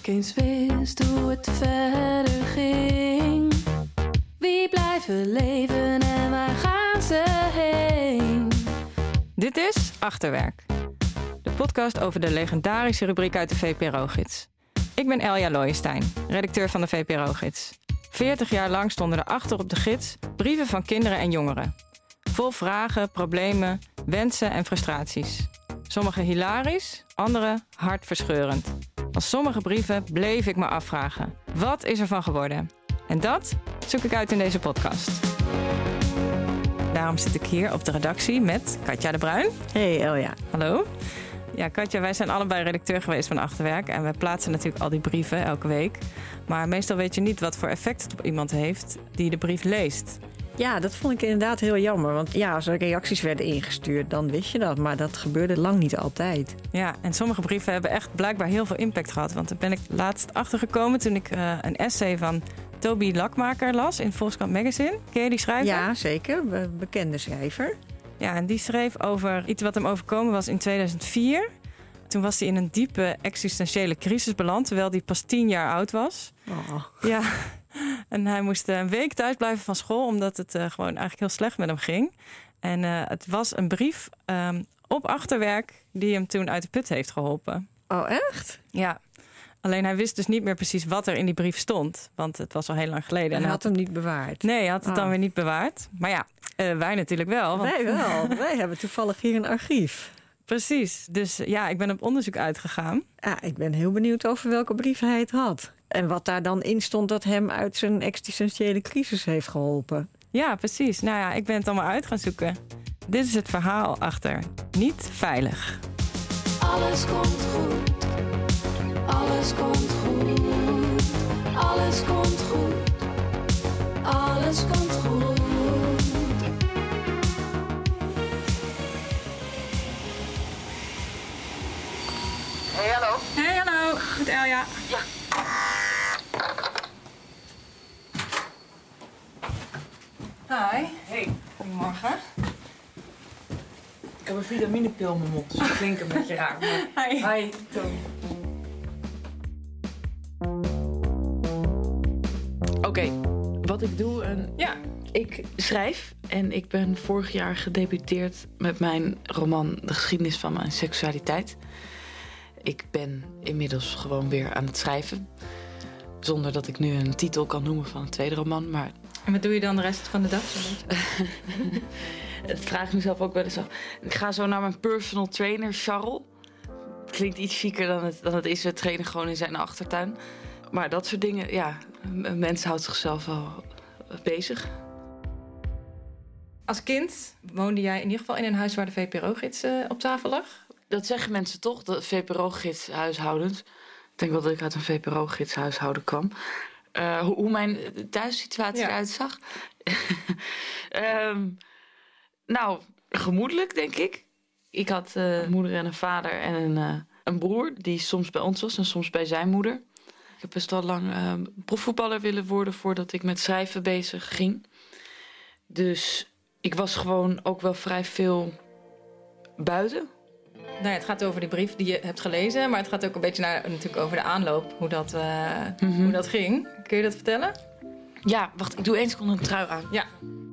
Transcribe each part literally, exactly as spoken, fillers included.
ik eens wist hoe het verder ging. Wie blijven leven en waar gaan ze heen? Dit is Achterwerk, de podcast over de legendarische rubriek uit de V P R O-gids. Ik ben Elja Looijenstein, redacteur van de V P R O-gids. Veertig jaar lang stonden er achter op de gids brieven van kinderen en jongeren. Vol vragen, problemen, wensen en frustraties. Sommige hilarisch, andere hartverscheurend. Van sommige brieven bleef ik me afvragen. Wat is er van geworden? En dat zoek ik uit in deze podcast. Daarom zit ik hier op de redactie met Katja de Bruin. Hey Elja. Hallo. Ja, Katja, wij zijn allebei redacteur geweest van Achterwerk. En we plaatsen natuurlijk al die brieven elke week. Maar meestal weet je niet wat voor effect het op iemand heeft die de brief leest. Ja, dat vond ik inderdaad heel jammer. Want ja, als er reacties werden ingestuurd, dan wist je dat. Maar dat gebeurde lang niet altijd. Ja, en sommige brieven hebben echt blijkbaar heel veel impact gehad. Want daar ben ik laatst achtergekomen toen ik uh, een essay van Toby Lakmaker las in Volkskrant Magazine. Ken je die schrijver? Ja, zeker. Be- bekende schrijver. Ja, en die schreef over iets wat hem overkomen was in tweeduizend vier. Toen was hij in een diepe existentiële crisis beland, terwijl hij pas tien jaar oud was. Oh. Ja, en hij moest een week thuis blijven van school, omdat het uh, gewoon eigenlijk heel slecht met hem ging. En uh, het was een brief um, op Achterwerk die hem toen uit de put heeft geholpen. Oh, echt? Ja. Alleen hij wist dus niet meer precies wat er in die brief stond. Want het was al heel lang geleden. En hij had had hem niet bewaard? Nee, hij had het oh. dan weer niet bewaard. Maar ja, uh, wij natuurlijk wel. Want... Wij wel. Wij hebben toevallig hier een archief. Precies. Dus ja, ik ben op onderzoek uitgegaan. Ja, ik ben heel benieuwd over welke brief hij het had. En wat daar dan in stond dat hem uit zijn existentiële crisis heeft geholpen. Ja, precies. Nou ja, ik ben het allemaal uit gaan zoeken. Dit is het verhaal achter Niet Veilig. Alles komt goed. Alles komt goed. Alles komt goed. Alles komt goed. Hey, hallo. Hey, hallo. Met Elja. Ja. Hi. Hey. Goedemorgen. Ik heb een vitaminepil in mijn mond, dus dat klinkt een beetje raar. Maar... Hi. Hi, Toon. Oké, okay, wat ik doe... Een... Ja. Ik schrijf en ik ben vorig jaar gedebuteerd met mijn roman De geschiedenis van mijn seksualiteit. Ik ben inmiddels gewoon weer aan het schrijven. Zonder dat ik nu een titel kan noemen van een tweede roman. Maar... En wat doe je dan de rest van de dag? Dat vraag ik mezelf ook wel eens af. Ik ga zo naar mijn personal trainer, Charles. Klinkt iets chiquer dan het, dan het is. We trainen gewoon in zijn achtertuin. Maar dat soort dingen, ja, een mens houdt zichzelf wel bezig. Als kind woonde jij in ieder geval in een huis waar de V P R O-gids uh, op tafel lag? Dat zeggen mensen toch, de V P R O-gids huishoudens. Ik denk wel dat ik uit een V P R O-gids huishouden kwam. Uh, hoe, hoe mijn thuissituatie ja. eruit zag? um, nou, gemoedelijk, denk ik. Ik had uh, een moeder en een vader en een, uh, een broer die soms bij ons was en soms bij zijn moeder. Ik heb best wel lang uh, profvoetballer willen worden voordat ik met schrijven bezig ging. Dus ik was gewoon ook wel vrij veel buiten. Nou ja, het gaat over die brief die je hebt gelezen, maar het gaat ook een beetje naar, natuurlijk over de aanloop, hoe dat, uh, mm-hmm. hoe dat ging. Kun je dat vertellen? Ja, wacht, ik doe één seconde een trui aan. Ja.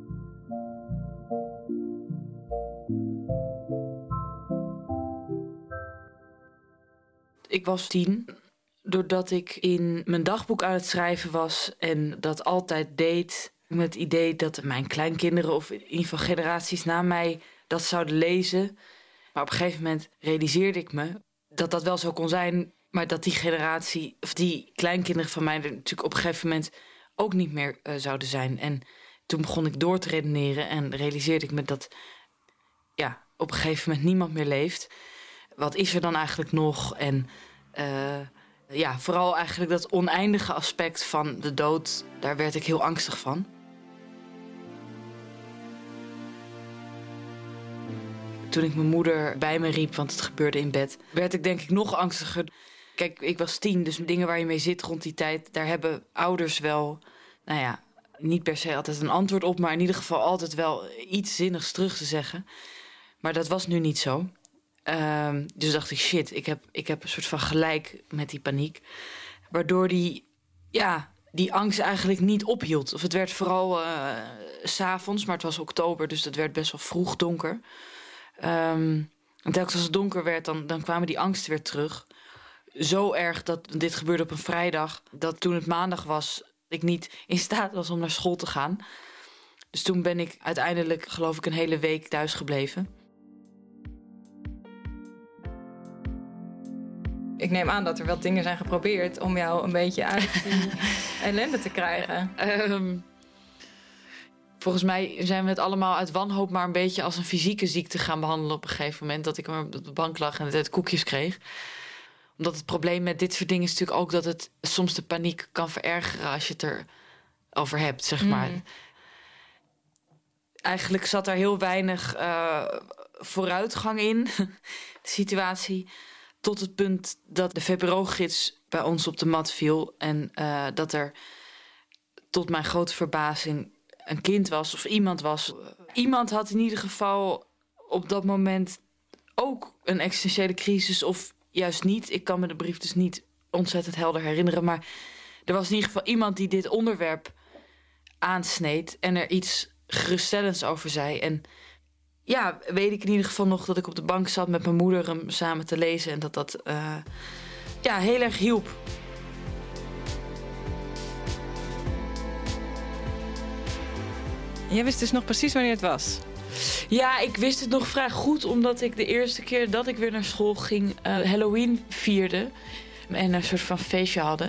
Ik was tien, doordat ik in mijn dagboek aan het schrijven was en dat altijd deed met het idee dat mijn kleinkinderen of in ieder geval generaties na mij dat zouden lezen. Maar op een gegeven moment realiseerde ik me dat dat wel zo kon zijn, maar dat die generatie, of die kleinkinderen van mij er natuurlijk op een gegeven moment ook niet meer uh, zouden zijn. En toen begon ik door te redeneren en realiseerde ik me dat ja, op een gegeven moment niemand meer leeft. Wat is er dan eigenlijk nog? En uh, ja, vooral eigenlijk dat oneindige aspect van de dood, daar werd ik heel angstig van. Toen ik mijn moeder bij me riep, want het gebeurde in bed, werd ik denk ik nog angstiger. Kijk, ik was tien, dus dingen waar je mee zit rond die tijd, daar hebben ouders wel, nou ja, niet per se altijd een antwoord op, maar in ieder geval altijd wel iets zinnigs terug te zeggen. Maar dat was nu niet zo. Um, dus dacht ik, shit, ik heb, ik heb een soort van gelijk met die paniek. Waardoor die, ja, die angst eigenlijk niet ophield. Of het werd vooral uh, 's avonds, maar het was oktober, dus het werd best wel vroeg donker. Um, en telkens als het donker werd, dan, dan kwamen die angsten weer terug. Zo erg dat dit gebeurde op een vrijdag, dat toen het maandag was, ik niet in staat was om naar school te gaan. Dus toen ben ik uiteindelijk, geloof ik, een hele week thuis gebleven. Ik neem aan dat er wel dingen zijn geprobeerd om jou een beetje uit die ellende te krijgen. Um, volgens mij zijn we het allemaal uit wanhoop maar een beetje als een fysieke ziekte gaan behandelen op een gegeven moment. Dat ik maar op de bank lag en het koekjes kreeg. Omdat het probleem met dit soort dingen is natuurlijk ook dat het soms de paniek kan verergeren als je het erover hebt, zeg maar. Mm. Eigenlijk zat er heel weinig uh, vooruitgang in, de situatie. Tot het punt dat de V P R O-gids bij ons op de mat viel. En uh, dat er tot mijn grote verbazing een kind was of iemand was. Iemand had in ieder geval op dat moment ook een existentiële crisis of juist niet. Ik kan me de brief dus niet ontzettend helder herinneren. Maar er was in ieder geval iemand die dit onderwerp aansneed en er iets geruststellends over zei. En ja, weet ik in ieder geval nog dat ik op de bank zat met mijn moeder hem samen te lezen. En dat dat uh, ja, heel erg hielp. Jij wist dus nog precies wanneer het was? Ja, ik wist het nog vrij goed. Omdat ik de eerste keer dat ik weer naar school ging uh, Halloween vierde. En een soort van feestje hadden.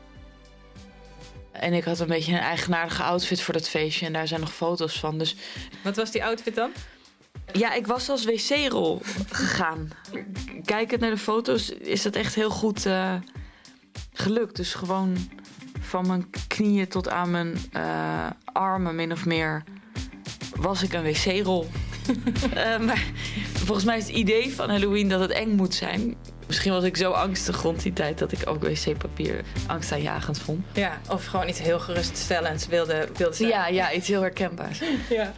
En ik had een beetje een eigenaardige outfit voor dat feestje. En daar zijn nog foto's van. Dus wat was die outfit dan? Ja, ik was als wc-rol gegaan. Kijkend naar de foto's is dat echt heel goed uh, gelukt. Dus gewoon van mijn knieën tot aan mijn uh, armen min of meer was ik een wc-rol. uh, maar volgens mij is het idee van Halloween dat het eng moet zijn. Misschien was ik zo angstig rond die tijd dat ik ook wc-papier angstaanjagend vond. Ja, of gewoon iets heel geruststellends wilde, wilde zijn. Ja, ja, iets heel herkenbaars. Ja.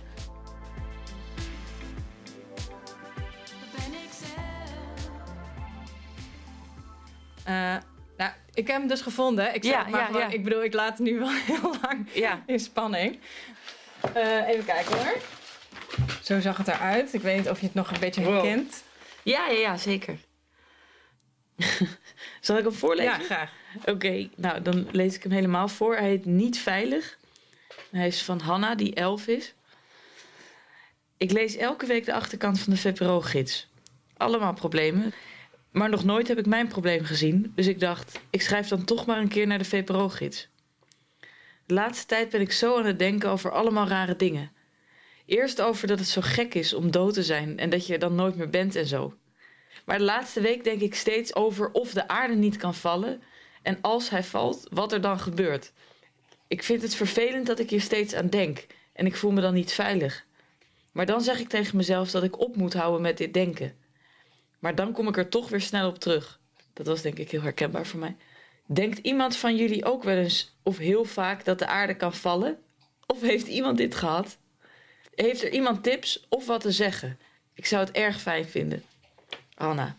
Uh, nou, ik heb hem dus gevonden. Ik, ja, maar ja, gewoon, ja. ik bedoel, ik laat het nu wel heel lang ja. in spanning. Uh, even kijken hoor. Zo zag het eruit. Ik weet niet of je het nog een beetje herkent. Wow. Ja, ja, ja, zeker. Zal ik hem voorlezen? Ja, graag. Oké, okay, nou dan lees ik hem helemaal voor. Hij heet Niet Veilig. Hij is van Hanna, die elf is. Ik lees elke week de achterkant van de V P R O-gids. Allemaal problemen. Maar nog nooit heb ik mijn probleem gezien. Dus ik dacht, ik schrijf dan toch maar een keer naar de V P R O-gids. De laatste tijd ben ik zo aan het denken over allemaal rare dingen. Eerst over dat het zo gek is om dood te zijn en dat je er dan nooit meer bent en zo. Maar de laatste week denk ik steeds over of de aarde niet kan vallen en als hij valt, wat er dan gebeurt. Ik vind het vervelend dat ik hier steeds aan denk en ik voel me dan niet veilig. Maar dan zeg ik tegen mezelf dat ik op moet houden met dit denken. Maar dan kom ik er toch weer snel op terug. Dat was denk ik heel herkenbaar voor mij. Denkt iemand van jullie ook wel eens of heel vaak dat de aarde kan vallen? Of heeft iemand dit gehad? Heeft er iemand tips of wat te zeggen? Ik zou het erg fijn vinden. Anna.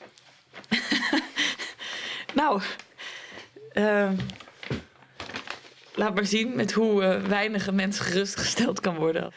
nou, uh, laat maar zien met hoe uh, weinig een mens gerustgesteld kan worden.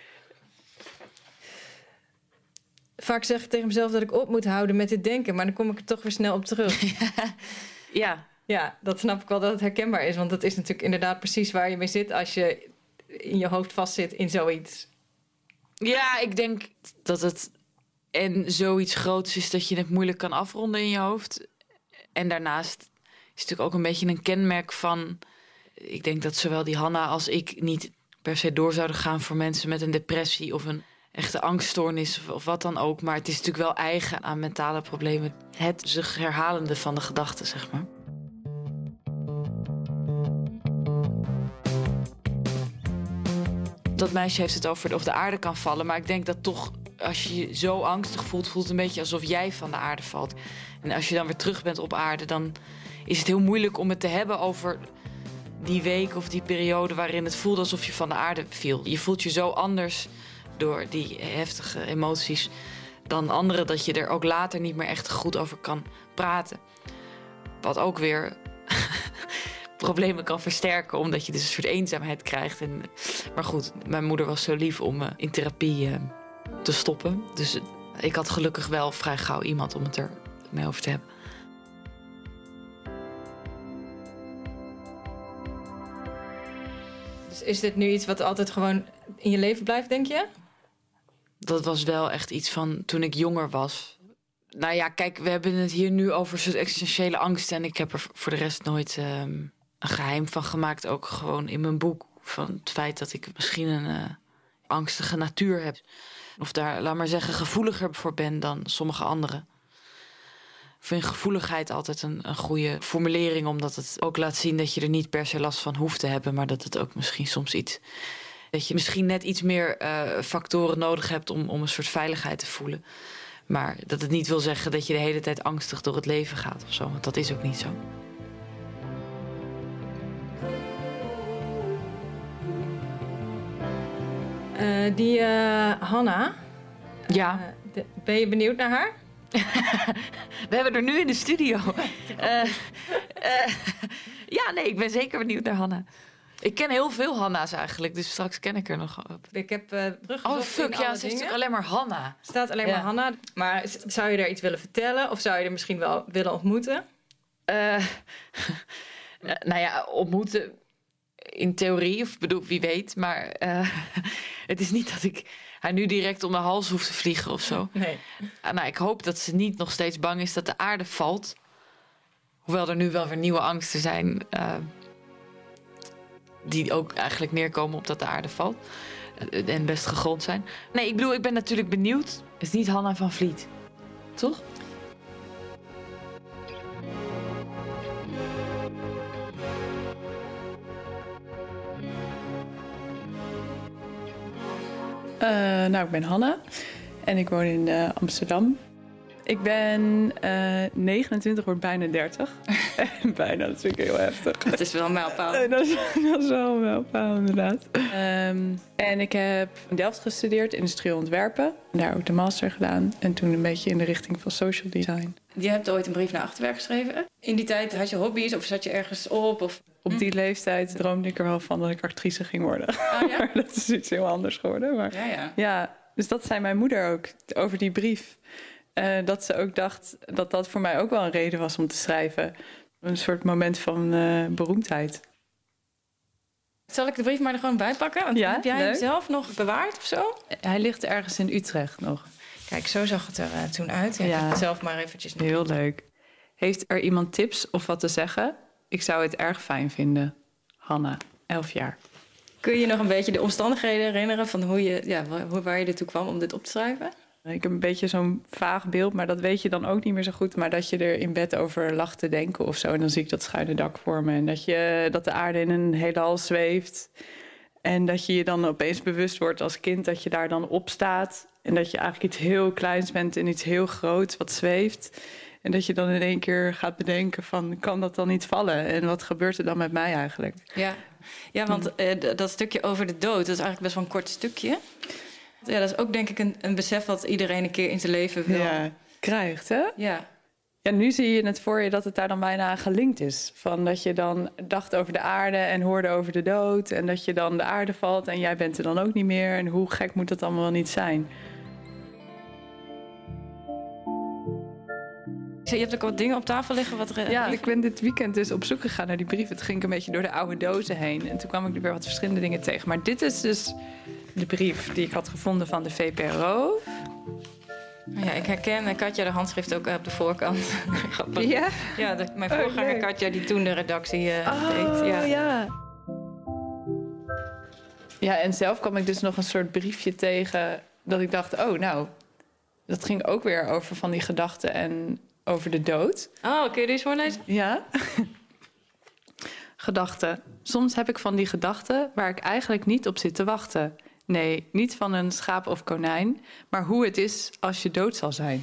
Vaak zeg ik tegen mezelf dat ik op moet houden met dit denken, maar dan kom ik er toch weer snel op terug. ja. Ja, dat snap ik wel dat het herkenbaar is, want dat is natuurlijk inderdaad precies waar je mee zit als je in je hoofd vastzit in zoiets. Ja, ik denk dat het en zoiets groots is dat je het moeilijk kan afronden in je hoofd. En daarnaast is het natuurlijk ook een beetje een kenmerk van, ik denk dat zowel die Hanna als ik niet per se door zouden gaan voor mensen met een depressie of een echte angststoornis of, of wat dan ook. Maar het is natuurlijk wel eigen aan mentale problemen. Het zich herhalende van de gedachten, zeg maar. Dat meisje heeft het over of de aarde kan vallen. Maar ik denk dat toch, als je je zo angstig voelt, voelt het een beetje alsof jij van de aarde valt. En als je dan weer terug bent op aarde, dan is het heel moeilijk om het te hebben over die week of die periode waarin het voelde alsof je van de aarde viel. Je voelt je zo anders door die heftige emoties dan anderen, dat je er ook later niet meer echt goed over kan praten. Wat ook weer problemen kan versterken, omdat je dus een soort eenzaamheid krijgt. En, maar goed, mijn moeder was zo lief om uh, in therapie uh, te stoppen. Dus uh, ik had gelukkig wel vrij gauw iemand om het er mee over te hebben. Dus is dit nu iets wat altijd gewoon in je leven blijft, denk je? Dat was wel echt iets van toen ik jonger was. Nou ja, kijk, we hebben het hier nu over een soort existentiële angst. En ik heb er voor de rest nooit um, een geheim van gemaakt. Ook gewoon in mijn boek. Van het feit dat ik misschien een uh, angstige natuur heb. Of daar, laat maar zeggen, gevoeliger voor ben dan sommige anderen. Ik vind gevoeligheid altijd een, een goede formulering. Omdat het ook laat zien dat je er niet per se last van hoeft te hebben. Maar dat het ook misschien soms iets... Dat je misschien net iets meer uh, factoren nodig hebt om, om een soort veiligheid te voelen. Maar dat het niet wil zeggen dat je de hele tijd angstig door het leven gaat of zo. Want dat is ook niet zo. Uh, die uh, Hanna. Ja. Uh, de, ben je benieuwd naar haar? We hebben er nu in de studio. uh, uh, ja, nee, ik ben zeker benieuwd naar Hanna. Ik ken heel veel Hanna's eigenlijk, dus straks ken ik er nog op. Ik heb uh, teruggezocht. Oh fuck, ja, ze heeft alleen maar Hanna. Er staat alleen ja. maar Hanna. Maar zou je daar iets willen vertellen? Of zou je er misschien wel willen ontmoeten? Uh, nou ja, ontmoeten in theorie, of bedoel, wie weet. Maar uh, het is niet dat ik haar nu direct om de hals hoef te vliegen of zo. Nee. Uh, nou, ik hoop dat ze niet nog steeds bang is dat de aarde valt. Hoewel er nu wel weer nieuwe angsten zijn... Uh, die ook eigenlijk neerkomen op dat de aarde valt. En best gegrond zijn. Nee, ik bedoel, ik ben natuurlijk benieuwd. Het is niet Hanna van Vliet. Toch? Uh, nou, ik ben Hanna. En ik woon in uh, Amsterdam. Ik ben uh, negenentwintig, word bijna dertig. Bijna, dat vind ik heel heftig. Dat is wel een mijlpaal. Uh, dat, is, dat is wel een mijlpaal, inderdaad. Um, en ik heb in Delft gestudeerd, industrieel ontwerpen. Daar ook de master gedaan. En toen een beetje in de richting van social design. Je hebt ooit een brief naar Achterwerk geschreven. In die tijd had je hobby's of zat je ergens op? Of... Op die leeftijd droomde ik er wel van dat ik actrice ging worden. Oh, ja? Maar dat is iets heel anders geworden. Maar, ja, ja. ja, dus dat zei mijn moeder ook over die brief. Uh, dat ze ook dacht dat dat voor mij ook wel een reden was om te schrijven. Een soort moment van uh, beroemdheid. Zal ik de brief maar er gewoon bij pakken? Want ja, heb jij leuk. hem zelf nog bewaard of zo? Hij ligt ergens in Utrecht nog. Kijk, zo zag het er uh, toen uit. Ja, ja. Ik heb het zelf maar eventjes... Heel leuk. Heeft er iemand tips of wat te zeggen? Ik zou het erg fijn vinden. Hanna, elf jaar. Kun je je nog een beetje de omstandigheden herinneren... van hoe je, ja, waar, waar je ertoe kwam om dit op te schrijven? Ik heb een beetje zo'n vaag beeld, maar dat weet je dan ook niet meer zo goed. Maar dat je er in bed over lag te denken of zo. En dan zie ik dat schuine dak voor me. En dat, je, dat de aarde in een heelal zweeft. En dat je je dan opeens bewust wordt als kind dat je daar dan op staat. En dat je eigenlijk iets heel kleins bent en iets heel groots wat zweeft. En dat je dan in één keer gaat bedenken van, kan dat dan niet vallen? En wat gebeurt er dan met mij eigenlijk? Ja, ja want uh, dat stukje over de dood, dat is eigenlijk best wel een kort stukje. Ja, dat is ook denk ik een, een besef wat iedereen een keer in zijn leven wil. Ja, krijgt, hè? Ja. Ja, nu zie je het voor je dat het daar dan bijna aan gelinkt is. Van dat je dan dacht over de aarde en hoorde over de dood. En dat je dan de aarde valt en jij bent er dan ook niet meer. En hoe gek moet dat allemaal wel niet zijn? Je hebt ook wat dingen op tafel liggen. Wat er, ja, ik ben dit weekend dus op zoek gegaan naar die brieven. Toen ging ik een beetje door de oude dozen heen. En toen kwam ik er weer wat verschillende dingen tegen. Maar dit is dus de brief die ik had gevonden van de V P R O. Ja, ik herken Katja de handschrift ook op de voorkant. Ja? Ja, de, mijn voorganger oh, Katja die toen de redactie uh, oh, deed. Ja. ja. Ja, en zelf kwam ik dus nog een soort briefje tegen dat ik dacht, oh nou, dat ging ook weer over van die gedachten en over de dood. Oh, kun je deze voorlezen? Ja. Gedachten. Soms heb ik van die gedachten waar ik eigenlijk niet op zit te wachten. Nee, niet van een schaap of konijn, maar hoe het is als je dood zal zijn.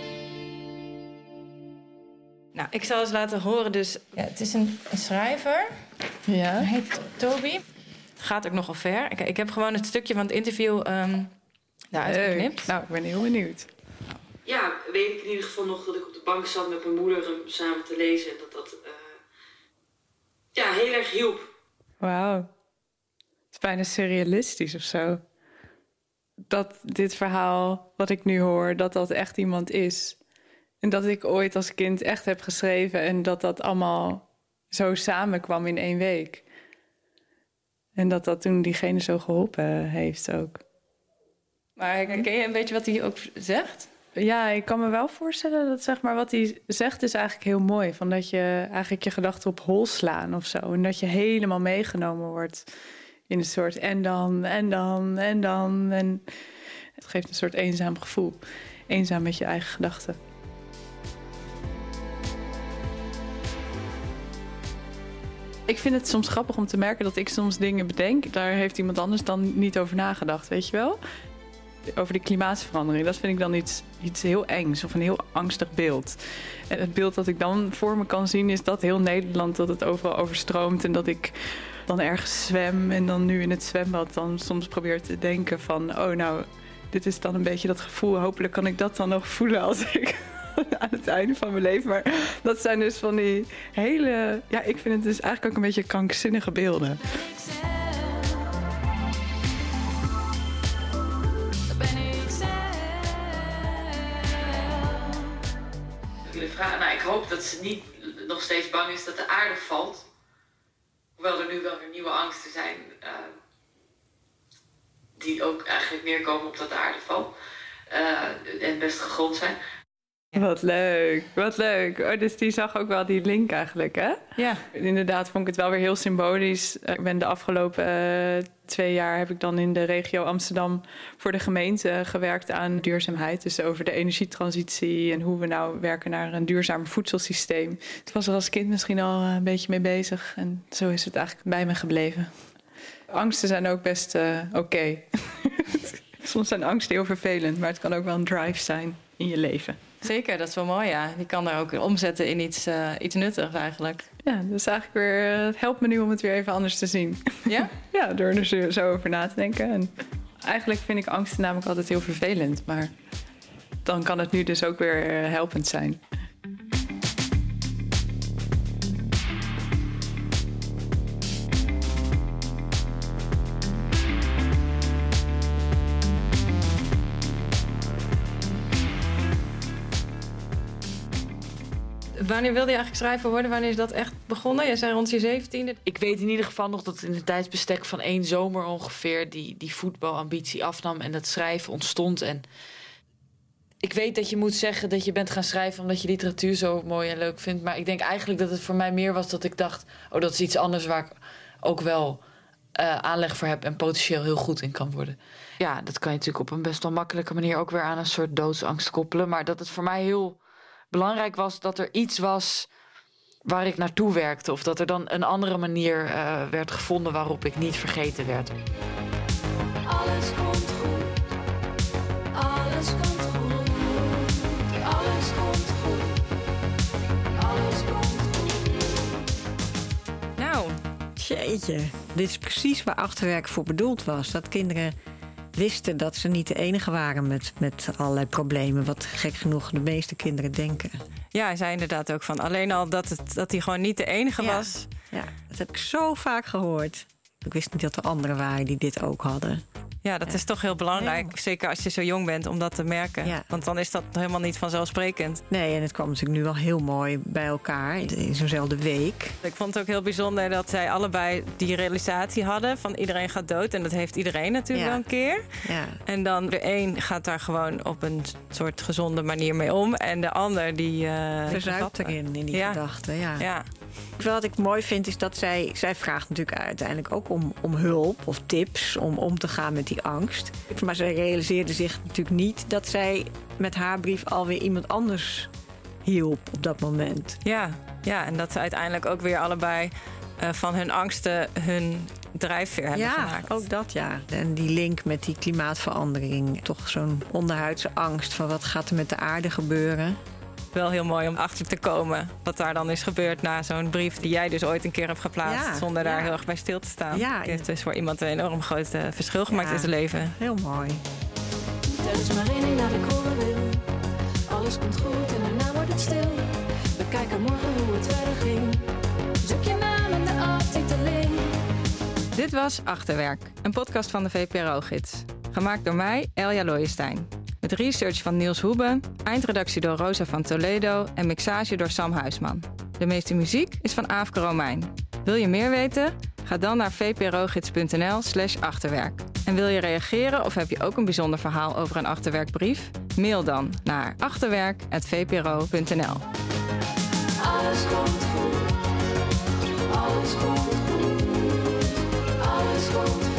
Nou, ik zal eens laten horen dus... Ja, het is een, een schrijver. Ja. Hij heet Toby. Het gaat ook nogal ver. Ik, ik heb gewoon het stukje van het interview um, daaruit geknipt. Nou, ik ben heel benieuwd. Ja, weet ik in ieder geval nog dat ik op de bank zat met mijn moeder samen te lezen. En dat dat uh, ja, heel erg hielp. Wauw. Het is bijna surrealistisch of zo. Dat dit verhaal wat ik nu hoor, dat dat echt iemand is. En dat ik ooit als kind echt heb geschreven en dat dat allemaal zo samenkwam in één week. En dat dat toen diegene zo geholpen heeft ook. Maar ken je een beetje wat hij ook zegt? Ja, ik kan me wel voorstellen dat zeg maar, wat hij zegt is eigenlijk heel mooi. Van dat je eigenlijk je gedachten op hol slaan of zo. En dat je helemaal meegenomen wordt in een soort en dan, en dan, en dan. En het geeft een soort eenzaam gevoel. Eenzaam met je eigen gedachten. Ik vind het soms grappig om te merken dat ik soms dingen bedenk. Daar heeft iemand anders dan niet over nagedacht, weet je wel? Over de klimaatverandering. Dat vind ik dan iets, iets heel engs of een heel angstig beeld. En het beeld dat ik dan voor me kan zien is dat heel Nederland, dat het overal overstroomt. En dat ik dan ergens zwem en dan nu in het zwembad dan soms probeer te denken van... oh nou, dit is dan een beetje dat gevoel. Hopelijk kan ik dat dan nog voelen als ik... aan het einde van mijn leven. Maar dat zijn dus van die hele... Ja, ik vind het dus eigenlijk ook een beetje krankzinnige beelden. Nou, ik hoop dat ze niet nog steeds bang is dat de aarde valt. Hoewel er nu wel weer nieuwe angsten zijn. Uh, die ook eigenlijk neerkomen op dat de aarde valt. Uh, en best gegrond zijn. Wat leuk, wat leuk. Oh, dus die zag ook wel die link eigenlijk, hè? Ja. Inderdaad vond ik het wel weer heel symbolisch. Ik ben de afgelopen uh, twee jaar heb ik dan in de regio Amsterdam voor de gemeente gewerkt aan duurzaamheid. Dus over de energietransitie en hoe we nou werken naar een duurzamer voedselsysteem. Ik was er als kind misschien al een beetje mee bezig en zo is het eigenlijk bij me gebleven. Angsten zijn ook best uh, oké. Okay. Soms zijn angsten heel vervelend, maar het kan ook wel een drive zijn in je leven. Zeker, dat is wel mooi, ja. Je kan daar ook omzetten in iets, uh, iets nuttigs eigenlijk. Ja, dus eigenlijk weer, uh, het helpt me nu om het weer even anders te zien. Ja? Ja, door er zo, zo over na te denken. En eigenlijk vind ik angsten namelijk altijd heel vervelend. Maar dan kan het nu dus ook weer uh, helpend zijn. Wanneer wilde je eigenlijk schrijver worden? Wanneer is dat echt begonnen? Je zei rond je zeventiende. Ik weet in ieder geval nog dat in het tijdsbestek van één zomer ongeveer... die, die voetbalambitie afnam en dat schrijven ontstond. En ik weet dat je moet zeggen dat je bent gaan schrijven... omdat je literatuur zo mooi en leuk vindt. Maar ik denk eigenlijk dat het voor mij meer was dat ik dacht... oh, dat is iets anders waar ik ook wel uh, aanleg voor heb... en potentieel heel goed in kan worden. Ja, dat kan je natuurlijk op een best wel makkelijke manier... ook weer aan een soort doodsangst koppelen. Maar dat het voor mij heel... belangrijk was dat er iets was waar ik naartoe werkte. Of dat er dan een andere manier uh, werd gevonden waarop ik niet vergeten werd. Alles komt goed. Alles komt goed. Alles komt goed. Alles komt goed. Nou, jeetje. Dit is precies waar achterwerk voor bedoeld was. Dat kinderen wisten dat ze niet de enige waren met, met allerlei problemen. Wat gek genoeg de meeste kinderen denken. ja, hij zei inderdaad ook van alleen al dat, het, dat hij gewoon niet de enige ja. was. Ja, dat heb ik zo vaak gehoord. Ik wist niet dat er anderen waren die dit ook hadden. Ja, dat ja. is toch heel belangrijk. Ja. Zeker als je zo jong bent om dat te merken. Ja. Want dan is dat helemaal niet vanzelfsprekend. Nee, en het kwam natuurlijk nu wel heel mooi bij elkaar in zo'nzelfde week. Ik vond het ook heel bijzonder dat zij allebei die realisatie hadden van iedereen gaat dood. En dat heeft iedereen natuurlijk Ja. wel een keer. Ja. En dan de een gaat daar gewoon op een soort gezonde manier mee om. En de ander die... Uh, Verzuipt erin, in die ja. gedachten. Ja. Ja. Wat ik mooi vind is dat zij... Zij vraagt natuurlijk uiteindelijk ook om, om hulp of tips om om te gaan met die angst. Maar zij realiseerde zich natuurlijk niet dat zij met haar brief alweer iemand anders hielp op dat moment. Ja, ja, en dat ze uiteindelijk ook weer allebei uh, van hun angsten hun drijfveer hebben ja, gemaakt. ook dat ja. En die link met die klimaatverandering. Toch zo'n onderhuidse angst van wat gaat er met de aarde gebeuren. Wel heel mooi om achter te komen wat daar dan is gebeurd na zo'n brief die jij dus ooit een keer hebt geplaatst Ja, zonder daar ja. heel erg bij stil te staan. Ja, Die heeft dus voor iemand een enorm groot uh, verschil gemaakt Ja. in zijn leven. Heel mooi. Er is maar één ding dat ik horen wil. Alles komt goed en daarna wordt het stil. We kijken morgen hoe het verder ging. Zoek je naam in de Dit was Achterwerk, een podcast van de V P R O-gids. Gemaakt door mij, Elja Looijenstein. Met research van Niels Hoebe, eindredactie door Rosa van Toledo en mixage door Sam Huisman. De meeste muziek is van Aafke Romein. Wil je meer weten? Ga dan naar vprogids.nl slash achterwerk. En wil je reageren of heb je ook een bijzonder verhaal over een achterwerkbrief? Mail dan naar achterwerk at v p r o punt n l. Alles komt goed. Alles komt goed. Alles komt goed.